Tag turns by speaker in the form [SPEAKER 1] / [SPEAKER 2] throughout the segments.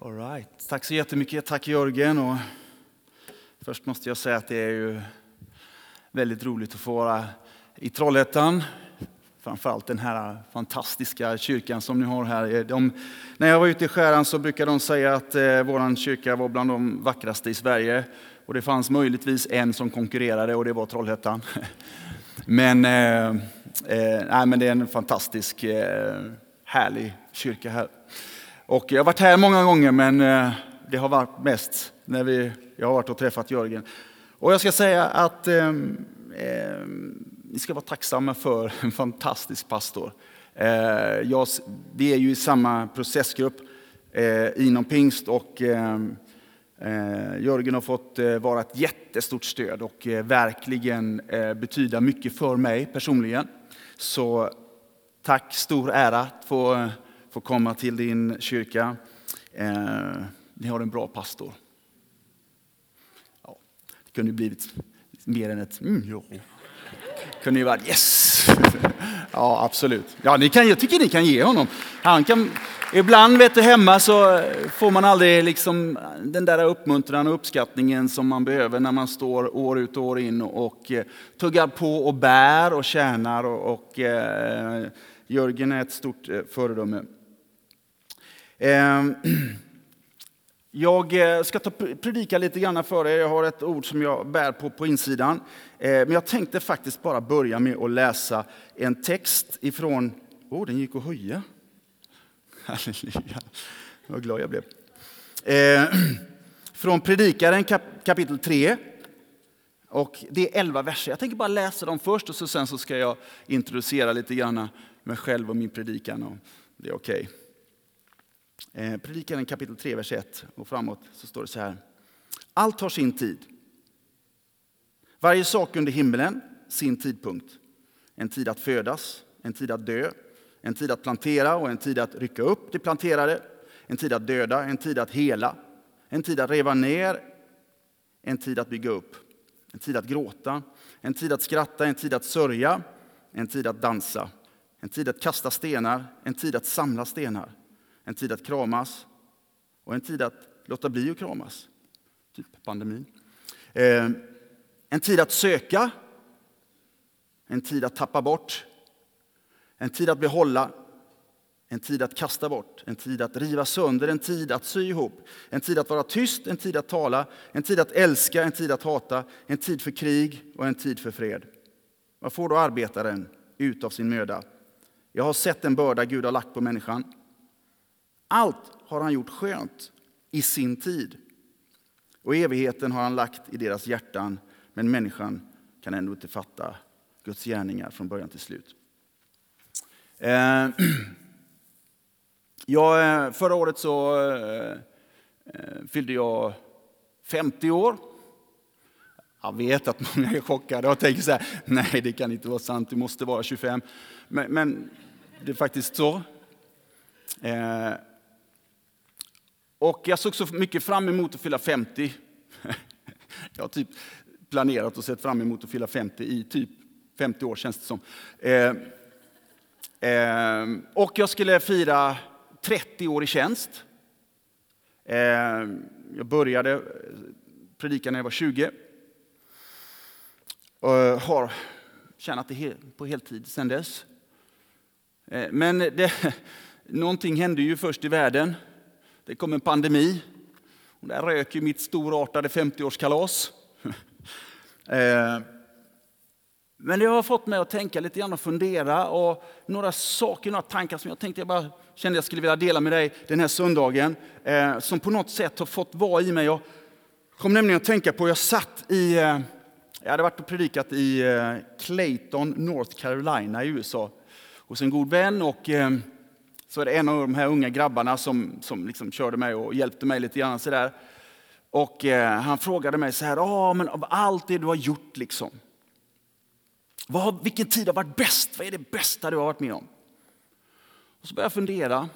[SPEAKER 1] All right. Tack så jättemycket. Tack Jörgen. Och först måste jag säga att det är ju väldigt roligt att få vara i Trollhättan. Framförallt den här fantastiska kyrkan som ni har här. När jag var ute i Skäran så brukade de säga att vår kyrka var bland de vackraste i Sverige. Och det fanns möjligtvis en som konkurrerade och det var Trollhättan. Men det är en fantastisk härlig kyrka här. Och jag har varit här många gånger, men det har varit mest när jag har varit och träffat Jörgen. Och jag ska säga att ni ska vara tacksamma för en fantastisk pastor. Vi är ju i samma processgrupp inom Pingst och Jörgen har fått vara ett jättestort stöd och verkligen betyda mycket för mig personligen. Så tack, stor ära att få komma till din kyrka. Ni har en bra pastor. Ja, det kunde ju blivit mer än ett ja. Kunde ju varit yes. Ja, absolut. Ja, jag tycker ni kan ge honom. Ibland vet du, hemma så får man aldrig liksom den där uppmuntran och uppskattningen som man behöver när man står år ut och år in och tuggar på och bär och tjänar och Jörgen är ett stort föredöme. Jag ska predika lite grann för er. Jag har ett ord som jag bär på insidan. Men jag tänkte faktiskt bara börja med att läsa en text ifrån... den gick att höja. Halleluja. Vad glad jag blev. Från Predikaren kapitel 3. Och det är 11 verser. Jag tänker bara läsa dem först och sen så ska jag introducera lite grann mig själv och min predikan. Och det är okej. Predikaren kapitel 3, vers 1 och framåt så står det så här. Allt har sin tid. Varje sak under himlen sin tidpunkt. En tid att födas, en tid att dö, en tid att plantera och en tid att rycka upp det planterade. En tid att döda, en tid att hela, en tid att reva ner, en tid att bygga upp. En tid att gråta, en tid att skratta, en tid att sörja, en tid att dansa. En tid att kasta stenar, en tid att samla stenar. En tid att kramas och en tid att låta bli att kramas. Typ pandemin. En tid att söka. En tid att tappa bort. En tid att behålla. En tid att kasta bort. En tid att riva sönder. En tid att sy ihop. En tid att vara tyst. En tid att tala. En tid att älska. En tid att hata. En tid för krig och en tid för fred. Vad får då arbetaren ut av sin möda? Jag har sett en börda Gud har lagt på människan. Allt har han gjort skönt i sin tid. Och evigheten har han lagt i deras hjärtan. Men människan kan ändå inte fatta Guds gärningar från början till slut. Förra året så fyllde jag 50 år. Jag vet att många är chockade och tänker så här. Nej, det kan inte vara sant. Du måste vara 25. Men det är faktiskt så. Och jag såg så mycket fram emot att fylla 50. Jag har typ planerat och sett fram emot att fylla 50 i typ 50 år känns det som. Och jag skulle fira 30 år i tjänst. Jag började predika när jag var 20. Och har tjänat det på heltid sedan dess. Men någonting hände ju först i världen. Det kom en pandemi. Och där rök ju mitt storartade 50-årskalas. Men det har fått mig att tänka lite grann och fundera. Och några tankar som jag kände jag skulle vilja dela med dig den här söndagen. Som på något sätt har fått vara i mig. Jag kom nämligen att tänka på, jag hade varit och predikat i Clayton, North Carolina i USA. Hos en god vän och... Så är det en av de här unga grabbarna som liksom körde mig och hjälpte mig lite grann sådär. Och han frågade mig så här, men av allt det du har gjort liksom. Vilken tid har varit bäst? Vad är det bästa du har varit med om? Och så började jag fundera.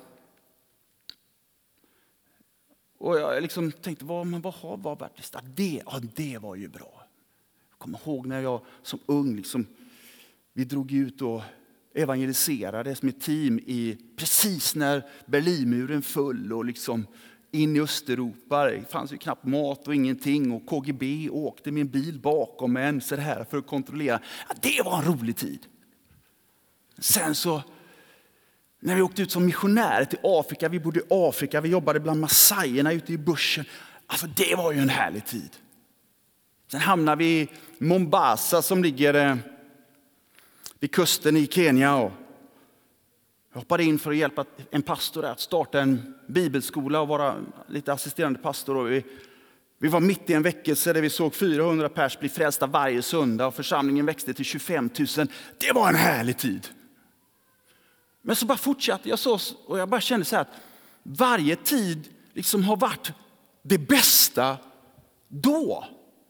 [SPEAKER 1] Och jag liksom tänkte, vad har varit bäst? Det var ju bra. Jag kommer ihåg när jag som ung liksom, vi drog ut och evangeliserade som ett team precis när Berlinmuren föll och liksom in i Östeuropa. Det fanns ju knappt mat och ingenting. Och KGB åkte med en bil bakom en så här för att kontrollera. Ja, det var en rolig tid. Sen så, när vi åkte ut som missionärer till Afrika. Vi bodde i Afrika, vi jobbade bland massajerna ute i bushen. Alltså det var ju en härlig tid. Sen hamnade vi i Mombasa som ligger vid kusten i Kenya. Och jag hoppade in för att hjälpa en pastor att starta en bibelskola och vara lite assisterande pastor. Och vi var mitt i en väckelse där vi såg 400 pers bli frälsta varje söndag. Och församlingen växte till 25 000. Det var en härlig tid. Men så bara fortsatte jag så och jag bara kände så här att varje tid liksom har varit det bästa då.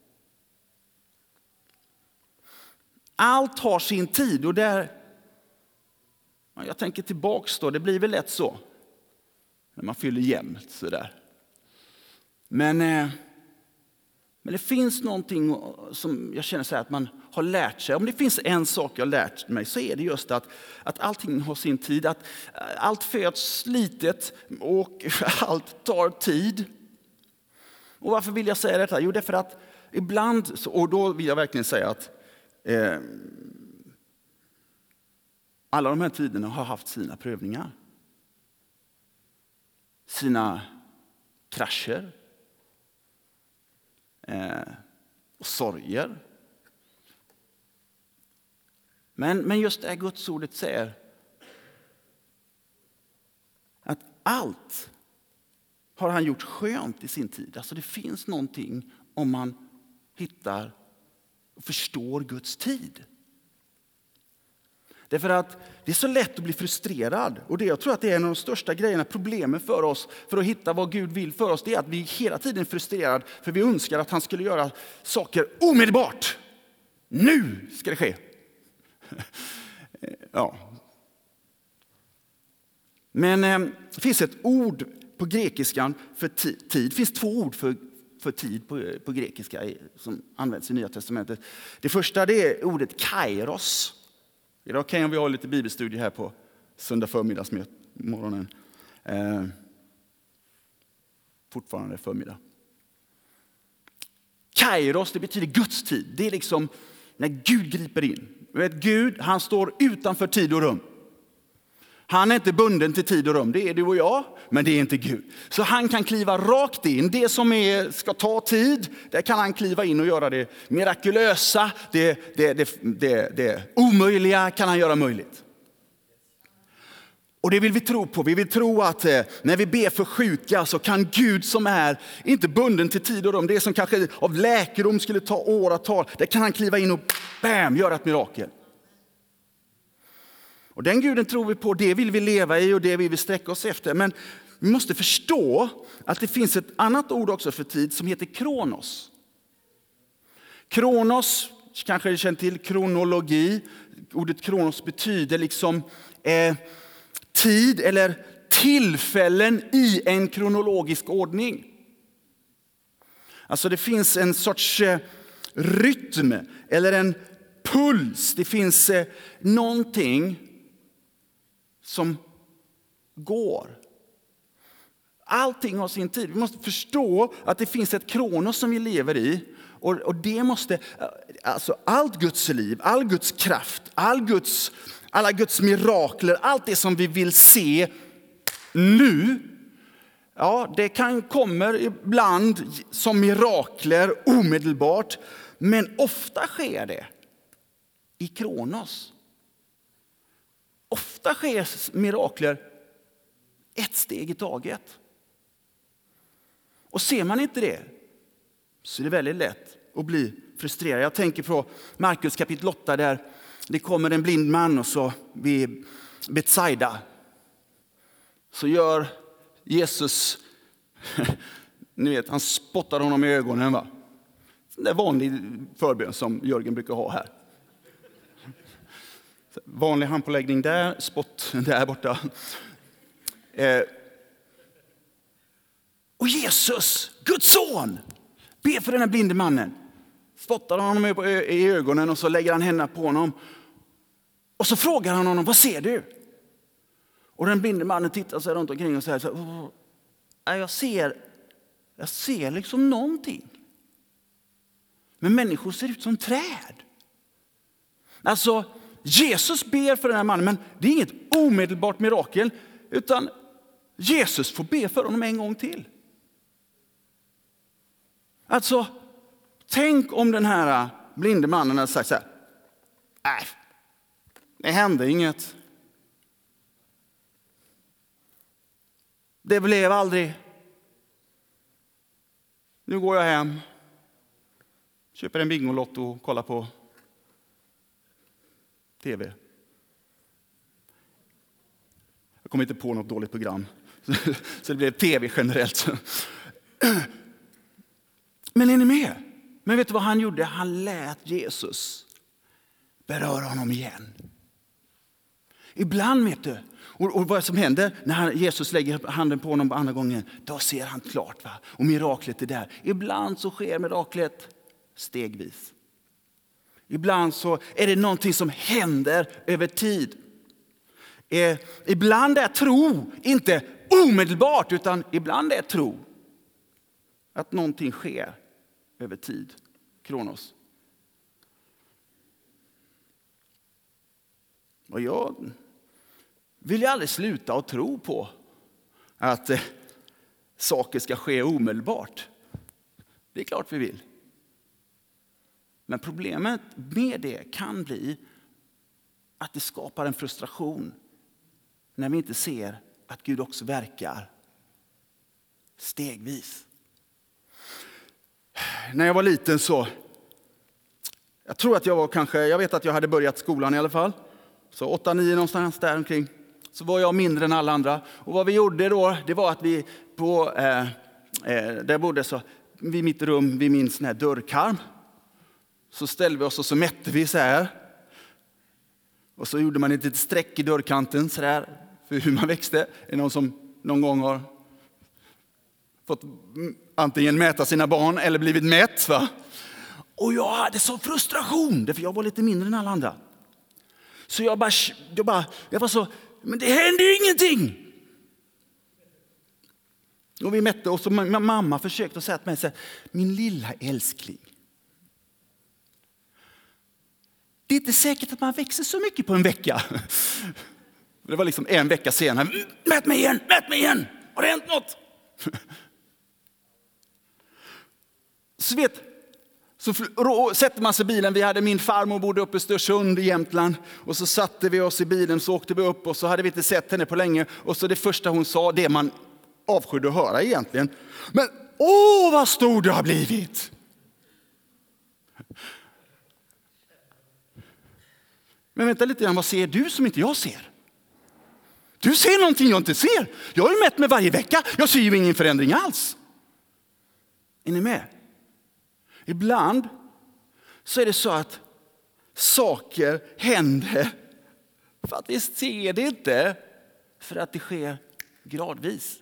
[SPEAKER 1] Allt har sin tid och där, jag tänker tillbaks då, det blir väl lätt så. När man fyller jämnt sådär. Men det finns någonting som jag känner så här att man har lärt sig. Om det finns en sak jag har lärt mig så är det just att allting har sin tid. Att allt föds litet och allt tar tid. Och varför vill jag säga detta? Jo, det är för att ibland, och då vill jag verkligen säga att alla de här tiderna har haft sina prövningar. Sina krascher. Och sorger. Men just det Guds ordet säger att allt har han gjort skönt i sin tid. Alltså det finns någonting om man hittar och förstår Guds tid. Därför att det är så lätt att bli frustrerad. Och jag tror att det är en av de största grejerna, problemen för oss för att hitta vad Gud vill för oss. Det är att vi hela tiden är frustrerade för vi önskar att han skulle göra saker omedelbart. Nu ska det ske. Ja. Men det finns ett ord på grekiskan för tid. Det finns två ord för tid på grekiska som används i Nya testamentet. Det första det är ordet kairos. Idag kan vi ha lite bibelstudier här på söndag förmiddagsmorgonen. Fortfarande förmiddag. Kairos, det betyder Guds tid. Det är liksom när Gud griper in. Gud, han står utanför tid och rum. Han är inte bunden till tid och rum. Det är du och jag, men det är inte Gud. Så han kan kliva rakt in. Det som ska ta tid, där kan han kliva in och göra det mirakulösa. Det omöjliga kan han göra möjligt. Och det vill vi tro på. Vi vill tro att när vi ber för sjuka så kan Gud som är inte bunden till tid och rum. Det som kanske av läkedom skulle ta åratal. Där kan han kliva in och bam, göra ett mirakel. Och den Guden tror vi på, det vill vi leva i och det vill vi sträcka oss efter. Men vi måste förstå att det finns ett annat ord också för tid som heter kronos. Kronos, kanske ni känner till kronologi. Ordet kronos betyder liksom tid eller tillfällen i en kronologisk ordning. Alltså det finns en sorts rytm eller en puls. Det finns någonting som går. Allting har sin tid. Vi måste förstå att det finns ett kronos som vi lever i. Och det måste, alltså allt Guds liv, all Guds kraft, alla Guds mirakler, allt det som vi vill se nu. Ja, det kommer ibland som mirakler omedelbart. Men ofta sker det i kronos. Ofta sker mirakler ett steg i taget. Och ser man inte det så är det väldigt lätt att bli frustrerad. Jag tänker på Markus kapitel 8 där det kommer en blind man och så vid Betsaida. Så gör Jesus, ni vet, han spottar honom i ögonen va. Det är vanlig förbön som Jörgen brukar ha här. Vanlig handpåläggning där, spott där borta. Och Jesus, Guds son, ber för den här blinde mannen. Spottar honom i ögonen och så lägger han händerna på honom. Och så frågar han honom, vad ser du? Och den blinde mannen tittar sig runt omkring och säger så här, Jag ser liksom någonting. Men människor ser ut som träd. Alltså, Jesus ber för den här mannen, men det är inget omedelbart mirakel, utan Jesus får be för honom en gång till. Alltså, tänk om den här blinde mannen hade sagt så här: nej, det hände inget. Det blev aldrig. Nu går jag hem, köper en Bingolotto och kollar på tv. Jag kommer inte på något dåligt program, så det blev tv generellt. Men är ni med? Men vet du vad han gjorde? Han lät Jesus beröra honom igen. Ibland, vet du, och vad som händer när Jesus lägger handen på honom på andra gången, då ser han klart, va? Och miraklet är där. Ibland så sker miraklet stegvis. Ibland så är det någonting som händer över tid. Ibland är tro inte omedelbart, utan ibland är tro att någonting sker över tid. Kronos. Och jag vill ju aldrig sluta att tro på att saker ska ske omedelbart. Det är klart vi vill. Men problemet med det kan bli att det skapar en frustration när vi inte ser att Gud också verkar stegvis. När jag var liten så, jag vet att jag hade börjat skolan i alla fall. Så 8-9 någonstans där omkring. Så var jag mindre än alla andra. Och vad vi gjorde då, det var att vi där bodde så vid mitt rum, vid min sån här dörrkarm. Så ställde vi oss och så mätte vi så här. Och så gjorde man ett litet streck i dörrkanten så där för hur man växte. Är det någon som någon gång har fått antingen mäta sina barn eller blivit mätt, va? Och jag hade så frustration, för jag var lite mindre än alla andra. Så jag var så, men det hände ju ingenting. Och vi mätte, och så mamma försökte säga till mig så här: min lilla älskling, det är inte säkert att man växer så mycket på en vecka. Det var liksom en vecka senare. Mät mig igen. Har det hänt något? Så sätter man sig i bilen. Vi hade min farmor bodde uppe i Störsund i Jämtland. Och så satte vi oss i bilen, så åkte vi upp. Och så hade vi inte sett henne på länge. Och så det första hon sa, det man avskydde att höra egentligen: men vad stor du har blivit. Men vänta lite grann, vad ser du som inte jag ser? Du ser någonting jag inte ser. Jag har ju mätt med varje vecka. Jag ser ju ingen förändring alls. Är ni med? Ibland så är det så att saker händer för att vi ser det inte, för att det sker gradvis.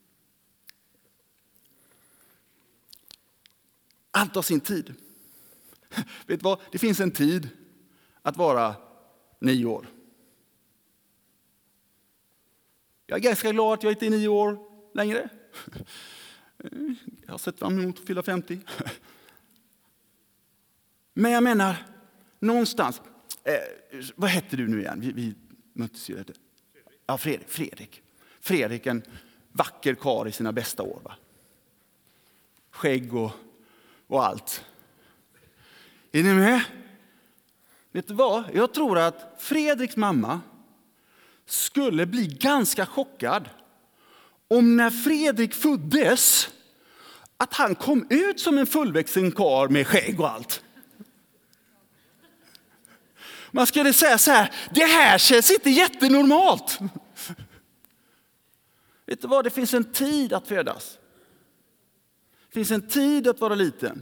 [SPEAKER 1] Allt har sin tid. Vet du vad? Det finns en tid att vara 9 år. Jag är ganska glad att jag inte är 9 år längre. Jag har sett fram emot att fylla 50. Men jag menar, någonstans, vad heter du nu igen? Vi möttes ju. Ja, Fredrik. Fredrik, en vacker karl i sina bästa år, va? Skägg och allt. Är ni med? Vet du vad? Jag tror att Fredriks mamma skulle bli ganska chockad om, när Fredrik föddes, att han kom ut som en fullvuxen karl med skägg och allt. Man skulle säga så här: det här känns inte jättenormalt. Vet du vad? Det finns en tid att födas. Det finns en tid att vara liten.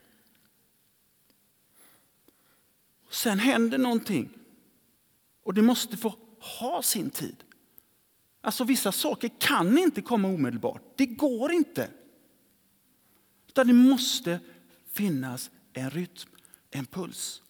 [SPEAKER 1] Sen händer någonting. Och det måste få ha sin tid. Alltså vissa saker kan inte komma omedelbart. Det går inte. Utan det måste finnas en rytm, en puls.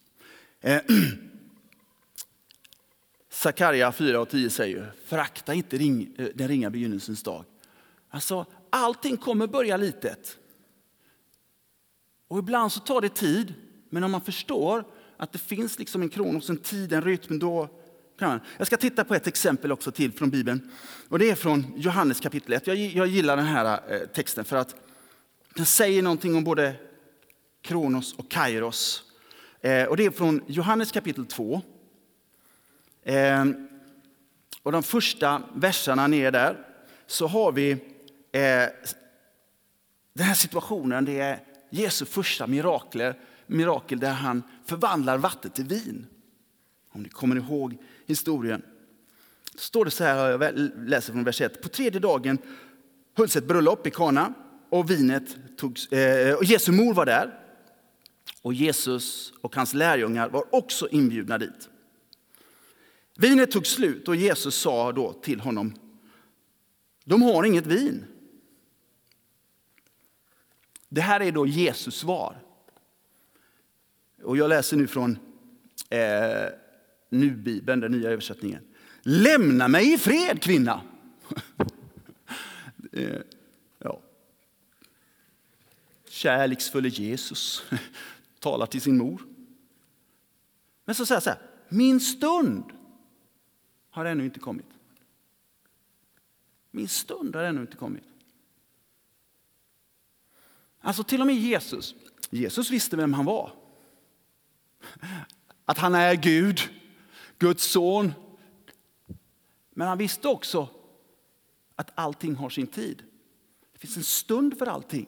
[SPEAKER 1] Sakarja 4:10 säger: förakta inte den ringa begynnelsens dag. Alltså, allting kommer börja litet. Och ibland så tar det tid. Men om man förstår att det finns liksom en kronos, en tid, en rytm, då kan man. Jag ska titta på ett exempel också till från Bibeln. Och det är från Johannes kapitel 1. Jag gillar den här texten för att den säger någonting om både kronos och kairos. Och det är från Johannes kapitel 2. Och de första verserna ner där så har vi den här situationen. Det är Jesu första mirakel där han förvandlar vatten till vin. Om ni kommer ihåg historien. Så står det så här, jag läser från vers 1. På tredje dagen hölls ett bröllop i Kana och vinet togs, och Jesu mor var där. Och Jesus och hans lärjungar var också inbjudna dit. Vinet tog slut och Jesus sa då till honom: de har inget vin. Det här är då Jesus svar. Och jag läser nu från Nu-bibeln, den nya översättningen. Lämna mig i fred, kvinna. Ja. Kärleksfulle Jesus talar till sin mor. Men så säger jag så här: min stund har ännu inte kommit. Min stund har ännu inte kommit. Alltså till och med Jesus visste vem han var. Att han är Gud, Guds son. Men han visste också att allting har sin tid. Det finns en stund för allting.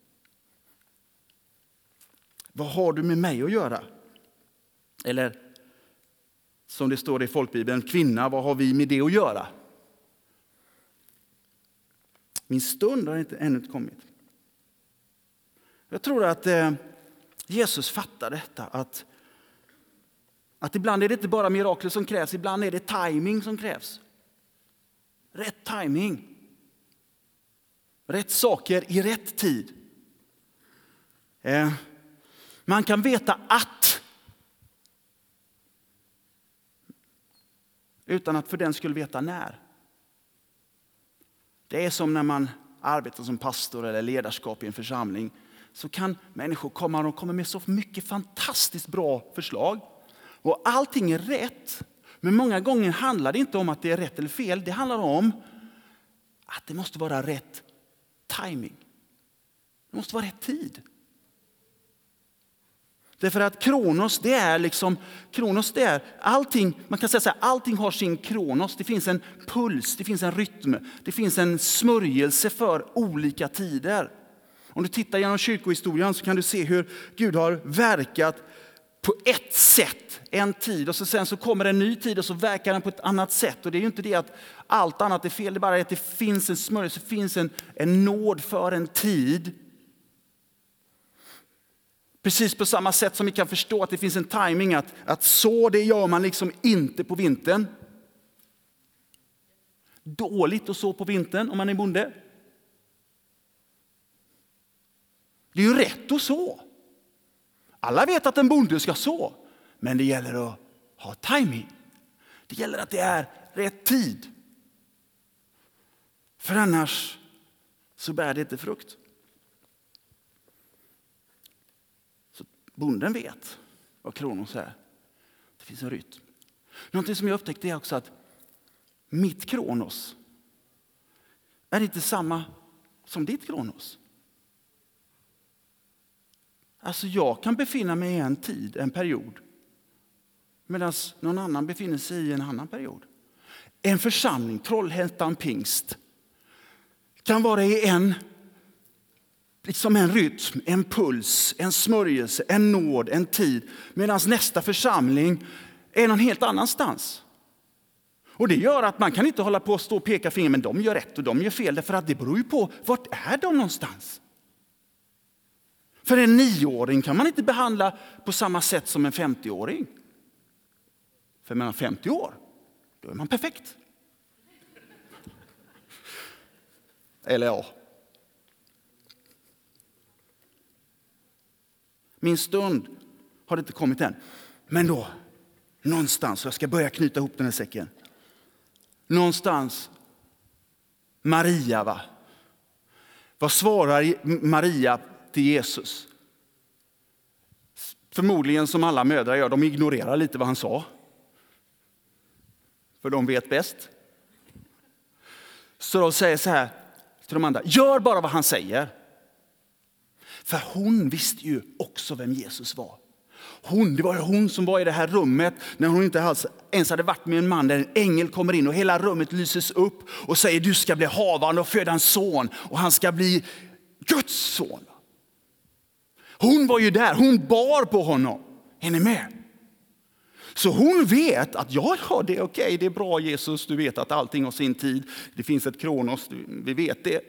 [SPEAKER 1] Vad har du med mig att göra? Eller som det står i folkbibeln, kvinna, vad har vi med det att göra? Min stund har ännu inte kommit. Jag tror att Jesus fattar detta. Att ibland är det inte bara mirakler som krävs. Ibland är det timing som krävs. Rätt timing. Rätt saker i rätt tid. Man kan veta att. Utan att för den skulle veta när. Det är som när man arbetar som pastor eller ledarskap i en församling. Så kan människor komma med så mycket fantastiskt bra förslag. Och allting är rätt. Men många gånger handlar det inte om att det är rätt eller fel. Det handlar om att det måste vara rätt timing. Det måste vara rätt tid. Därför att kronos det är allting, man kan säga så här, allting har sin kronos. Det finns en puls, det finns en rytm, det finns en smörjelse för olika tider. Om du tittar genom kyrkohistorien så kan du se hur Gud har verkat på ett sätt, en tid, och sen så kommer en ny tid och så verkar den på ett annat sätt. Och det är ju inte det att allt annat är fel, det är bara att det finns en smörjelse, det finns en nåd för en tid. Precis på samma sätt som vi kan förstå att det finns en timing att så det gör man liksom inte på vintern. Dåligt att så på vintern om man är bonde. Det är ju rätt att så. Alla vet att en bonde ska så. Men det gäller att ha timing. Det gäller att det är rätt tid. För annars så bär det inte frukt. Så bonden vet vad kronos är. Det finns en rytm. Någonting som jag upptäckte är också att mitt kronos är inte samma som ditt kronos. Alltså jag kan befinna mig i en tid, en period. Medan någon annan befinner sig i en annan period. En församling, Trollhättan pingst, kan vara i en rytm, en puls, en smörjelse, en nåd, en tid. Medan nästa församling är någon helt annanstans. Och det gör att man kan inte hålla på att stå och peka finger, men de gör rätt och de gör fel. Därför att det beror ju på, vart är de någonstans? För en 9-åring kan man inte behandla på samma sätt som en 50-åring. För mellan 50 år, då är man perfekt. Eller ja. Min stund har inte kommit än. Men då, någonstans, jag ska börja knyta ihop den här säcken. Någonstans, Maria va? Vad svarar Maria till Jesus? Förmodligen som alla mödrar gör, de ignorerar lite vad han sa. För de vet bäst. Så de säger så här till de andra: gör bara vad han säger. För hon visste ju också vem Jesus var. Det var hon som var i det här rummet när hon inte ens hade varit med en man, där en ängel kommer in och hela rummet lyses upp och säger: du ska bli havande och föda en son och han ska bli Guds son. Hon var ju där, hon bar på honom. Är ni med? Så hon vet att ja, det är okej, det är bra Jesus, du vet att allting har sin tid. Det finns ett kronos, vi vet det.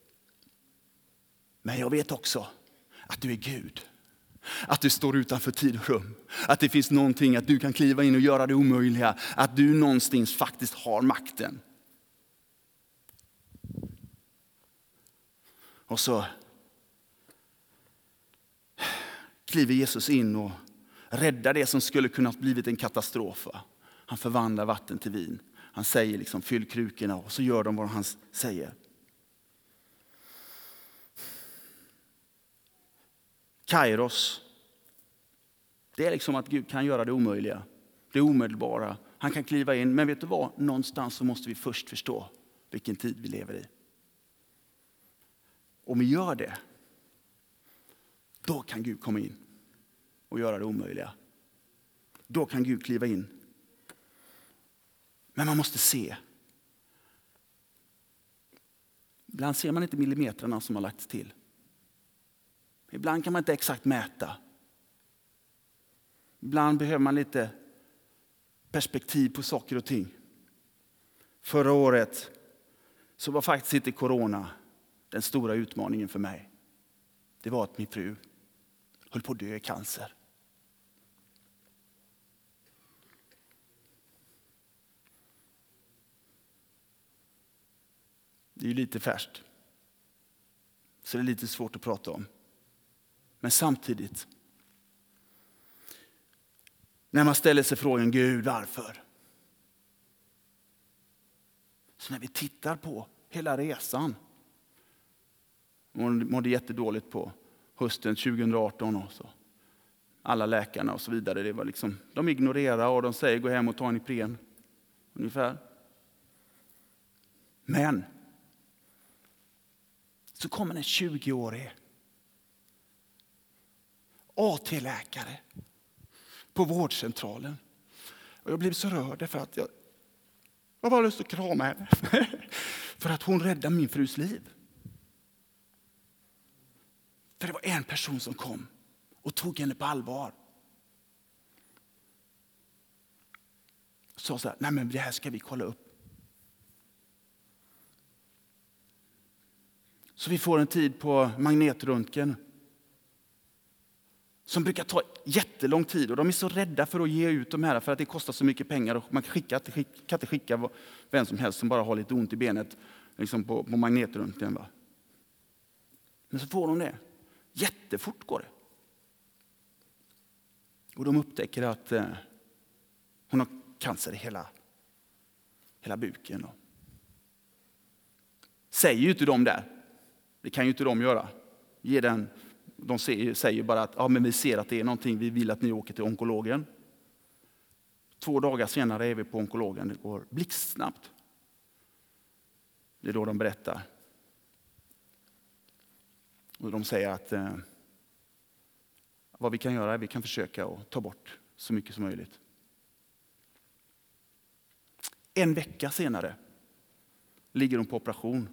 [SPEAKER 1] Men jag vet också att du är Gud. Att du står utanför tid och rum. Att det finns någonting, att du kan kliva in och göra det omöjliga. Att du någonstans faktiskt har makten. Och så kliver Jesus in och räddar det som skulle kunna blivit en katastrof. Han förvandlar vatten till vin. Han säger liksom: fyll krukorna, och så gör de vad han säger. Kairos. Det är liksom att Gud kan göra det omöjliga. Det omedelbara. Han kan kliva in. Men vet du vad? Någonstans så måste vi först förstå vilken tid vi lever i. Om vi gör det, då kan Gud komma in och göra det omöjliga. Då kan Gud kliva in. Men man måste se. Ibland ser man inte millimetrarna som har lagts till. Ibland kan man inte exakt mäta. Ibland behöver man lite perspektiv på saker och ting. Förra året så var faktiskt inte corona den stora utmaningen för mig. Det var att min fru höll på att dö i cancer. Det är ju lite färskt. Så det är lite svårt att prata om. Men samtidigt, när man ställer sig frågan: Gud, varför? Så när vi tittar på hela resan. Hon mådde jättedåligt på hösten 2018 också. Alla läkarna och så vidare, det var liksom, de ignorerar och de säger: gå hem och ta en Ipren. Ungefär. Men så kommer en 20-årig AT-läkare på vårdcentralen. Och jag blev så rörd för att jag bara lust att krama henne. För att hon räddade min frus liv. För det var en person som kom och tog henne på allvar. Sa så här: nej men det här ska vi kolla upp. Så vi får en tid på magnetröntgen. Som brukar ta jättelång tid. Och de är så rädda för att ge ut de här för att det kostar så mycket pengar. Och man kan inte skicka vem som helst som bara har lite ont i benet liksom på magnetröntgen. Va? Men så får de det. Jättefort går det. Och de upptäcker att hon har cancer i hela buken. Säger ju inte de där. Det kan ju inte de göra. De säger bara att ja, men vi ser att det är någonting, vi vill att ni åker till onkologen. 2 dagar senare är vi på onkologen, det går blixtsnabbt. Det är då de berättar. Och de säger att vad vi kan göra är att vi kan försöka att ta bort så mycket som möjligt. 1 vecka senare ligger de på operation.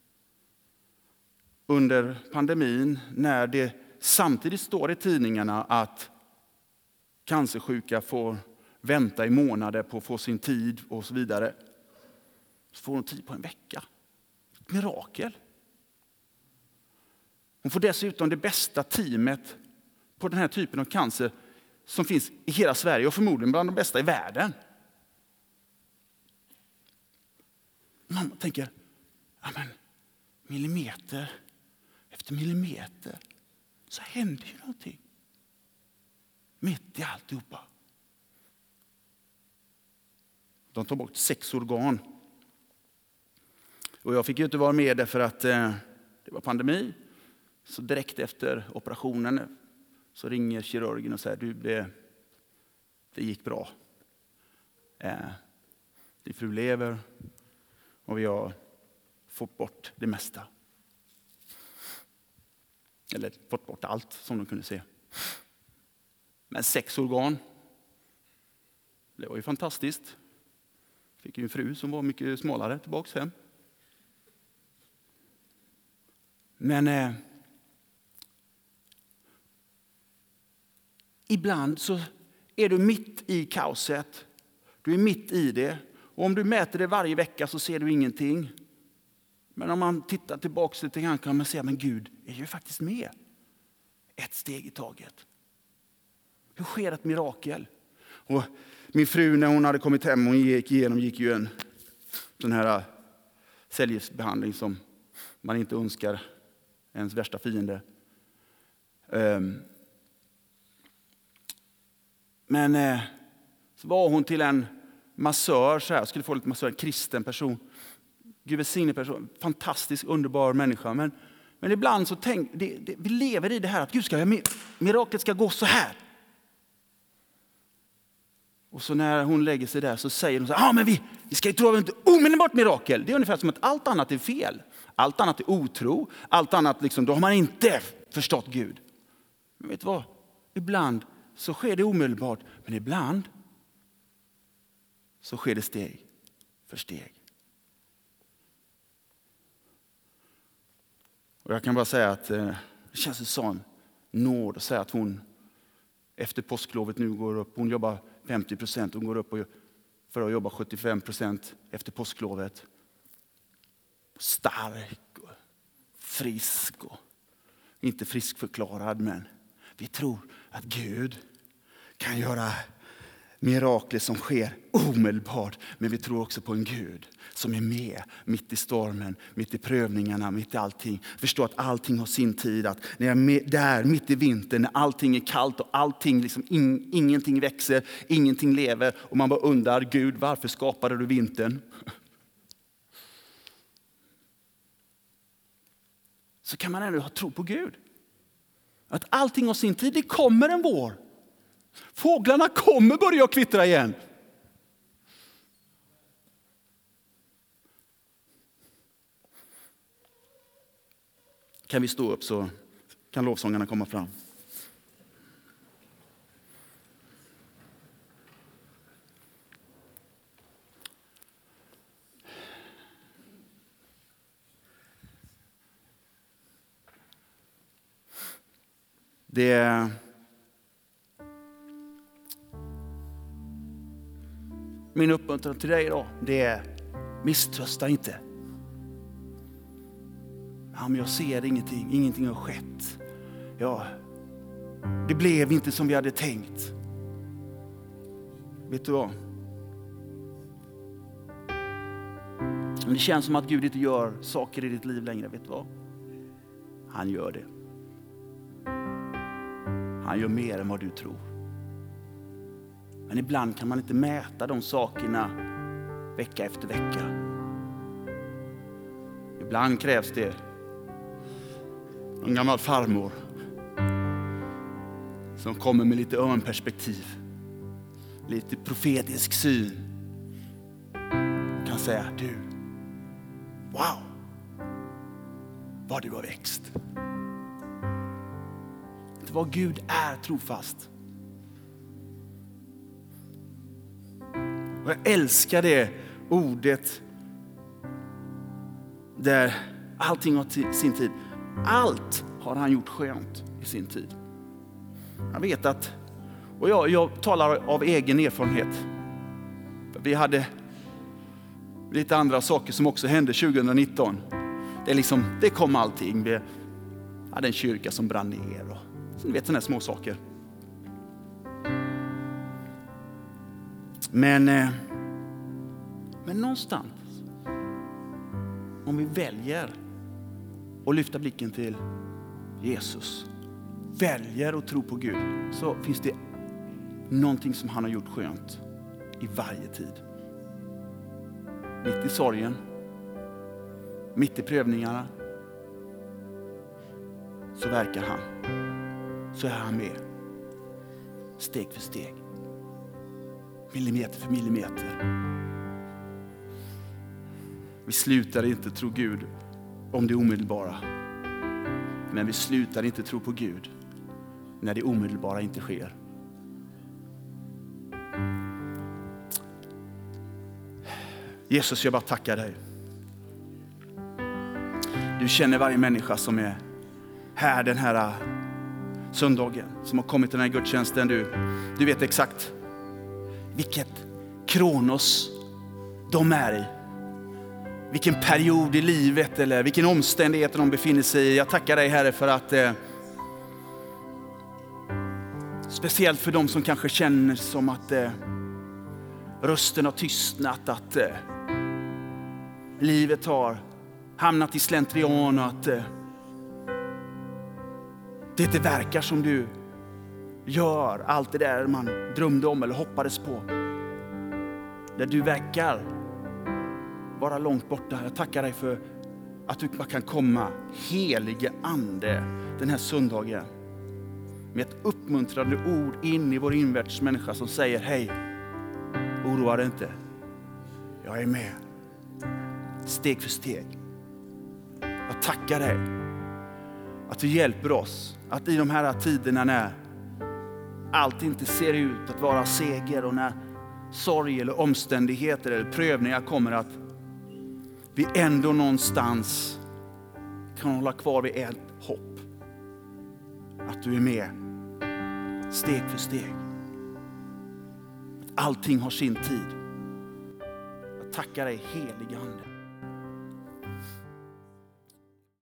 [SPEAKER 1] Under pandemin, när det samtidigt står i tidningarna att cancersjuka får vänta i månader på att få sin tid och så vidare. Så får hon tid på 1 vecka. Ett mirakel. Hon får dessutom det bästa teamet på den här typen av cancer som finns i hela Sverige och förmodligen bland de bästa i världen. Man tänker, ja men millimeter efter millimeter så händer ju någonting. Mitt i alltihopa. De tar bort 6 organ. Och jag fick ju inte vara med därför att det Det var pandemi. Så direkt efter operationen så ringer kirurgen och säger, du, det gick bra. Din fru lever och vi har fått bort det mesta. Eller fått bort allt som de kunde se. Men 6 organ, det var ju fantastiskt. Fick ju en fru som var mycket smalare tillbaks hem. Men ibland så är du mitt i kaoset. Du är mitt i det. Och om du mäter det varje vecka så ser du ingenting. Men om man tittar tillbaka lite grann kan man säga, men Gud är ju faktiskt med. Ett steg i taget. Hur sker ett mirakel? Och min fru, när hon hade kommit hem, hon gick ju en sån här cellgiftsbehandling som man inte önskar ens värsta fiende. Men så var hon till en massör, så här, skulle få lite massör, en kristen person. Gud välsigne person, fantastisk, underbar människa. Men ibland så vi lever i det här att Gud miraklet ska gå så här. Och så när hon lägger sig där så säger hon så här, men vi ska ju tro inte omedelbart mirakel. Det är ungefär som att allt annat är fel. Allt annat är otro. Allt annat, liksom, då har man inte förstått Gud. Men vet du vad? Ibland så sker det omedelbart. Men ibland så sker det steg för steg. Och jag kan bara säga att det känns en sån nåd att säga att hon efter påsklovet nu går upp. Hon jobbar 50%. Hon går upp för att jobba 75% efter påsklovet. Stark och frisk. Och inte friskförklarad, men vi tror att Gud kan göra mirakler som sker omedelbart. Men vi tror också på en Gud som är med mitt i stormen, mitt i prövningarna, mitt i allting. Förstå att allting har sin tid. Att när jag är där mitt i vintern, när allting är kallt och allting, liksom, ingenting växer, ingenting lever. Och man bara undrar, Gud, varför skapade du vintern? Så kan man ändå ha tro på Gud. Att allting har sin tid, det kommer en vår. Fåglarna kommer börja kvittra igen. Kan vi stå upp så kan lovsångarna komma fram. Min uppmuntran till dig idag, det är misströsta inte. Ja, men jag ser ingenting har skett. Ja, det blev inte som vi hade tänkt. Vet du vad? Men det känns som att Gud inte gör saker i ditt liv längre, vet du vad? Han gör det. Han gör mer än vad du tror. Men ibland kan man inte mäta de sakerna vecka efter vecka. Ibland krävs det en gammal farmor som kommer med lite örnperspektiv, lite profetisk syn. Kan säga, du, wow, vad du har växt. Vad Gud är trofast. Och jag älskar det ordet där allting har sin tid. Allt har han gjort skönt i sin tid. Jag vet att, och jag talar av egen erfarenhet. Vi hade lite andra saker som också hände 2019. Det kom allting. Vi hade en kyrka som brann ner och ni vet, sådana här små saker. Men någonstans, om vi väljer att lyfta blicken till Jesus, väljer att tro på Gud, så finns det någonting som han har gjort skönt i varje tid. Mitt i sorgen, mitt i prövningarna, så verkar han. Så är han med. Steg för steg. Millimeter för millimeter. Vi slutar inte tro Gud om det omedelbara. Men vi slutar inte tro på Gud när det omedelbara inte sker. Jesus, jag bara tackar dig. Du känner varje människa som är här den här söndagen, som har kommit till den här gudstjänsten. Du vet exakt vilket kronos de är i. Vilken period i livet eller vilken omständighet de befinner sig i. Jag tackar dig, Herre, för att speciellt för de som kanske känner som att rösten har tystnat, att livet har hamnat i slentrian och att det inte verkar som du gör allt det där man drömde om eller hoppades på. Där du verkar vara långt borta. Jag tackar dig för att du kan komma, helige ande, den här söndagen med ett uppmuntrande ord in i vår invärldsmänniska som säger: hej, oroa dig inte. Jag är med. Steg för steg. Jag tackar dig att du hjälper oss att i de här tiderna när allt inte ser ut att vara seger och när sorg eller omständigheter eller prövningar kommer, att vi ändå någonstans kan hålla kvar vid ett hopp. Att du är med steg för steg. Att allting har sin tid. Jag tackar dig, helige Ande.